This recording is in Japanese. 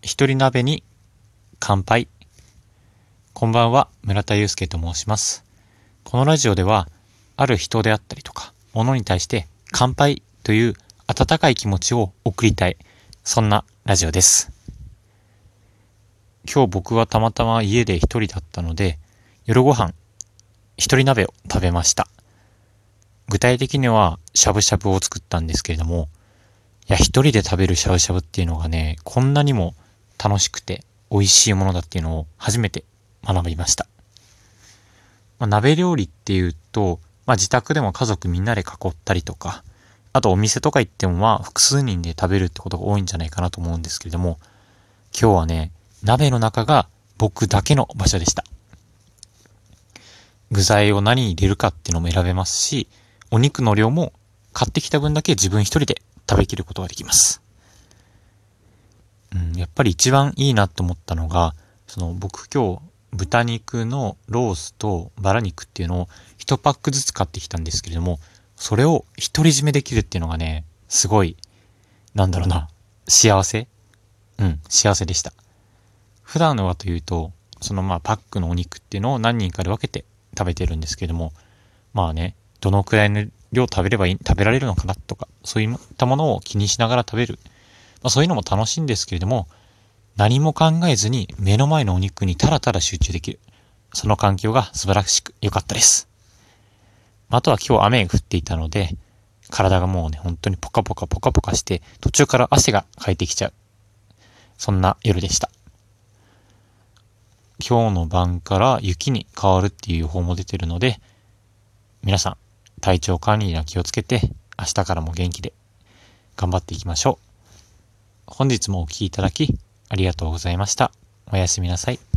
一人鍋に乾杯。こんばんは、村田祐介と申します。このラジオでは、ある人であったりとか、物に対して乾杯という温かい気持ちを送りたい、そんなラジオです。今日僕はたまたま家で一人だったので、夜ご飯、一人鍋を食べました。具体的にはしゃぶしゃぶを作ったんですけれども、一人で食べるしゃぶしゃぶっていうのがね、こんなにも楽しくて美味しいものだっていうのを初めて学びました。鍋料理っていうと、自宅でも家族みんなで囲ったりとか、あとお店とか行っても複数人で食べるってことが多いんじゃないかなと思うんですけれども、今日はね、鍋の中が僕だけの場所でした。具材を何に入れるかっていうのも選べますし、お肉の量も買ってきた分だけ自分一人で食べきることができます。やっぱり一番いいなと思ったのが、僕今日豚肉のロースとバラ肉っていうのを1パックずつ買ってきたんですけれども、それを独り占めできるっていうのがね、すごい、幸せ幸せでした。普段のはというと、パックのお肉っていうのを何人かで分けて食べてるんですけれども、どのくらいの量食べられるのかなとか、そういったものを気にしながら食べる。そういうのも楽しいんですけれども、何も考えずに目の前のお肉にただただ集中できる。その環境が素晴らしく良かったです。あとは今日雨が降っていたので、体がもうね、本当にポカポカして、途中から汗がかいてきちゃう。そんな夜でした。今日の晩から雪に変わるっていう予報も出てるので、皆さん、体調管理には気をつけて、明日からも元気で頑張っていきましょう。本日もお聞きいただきありがとうございました。おやすみなさい。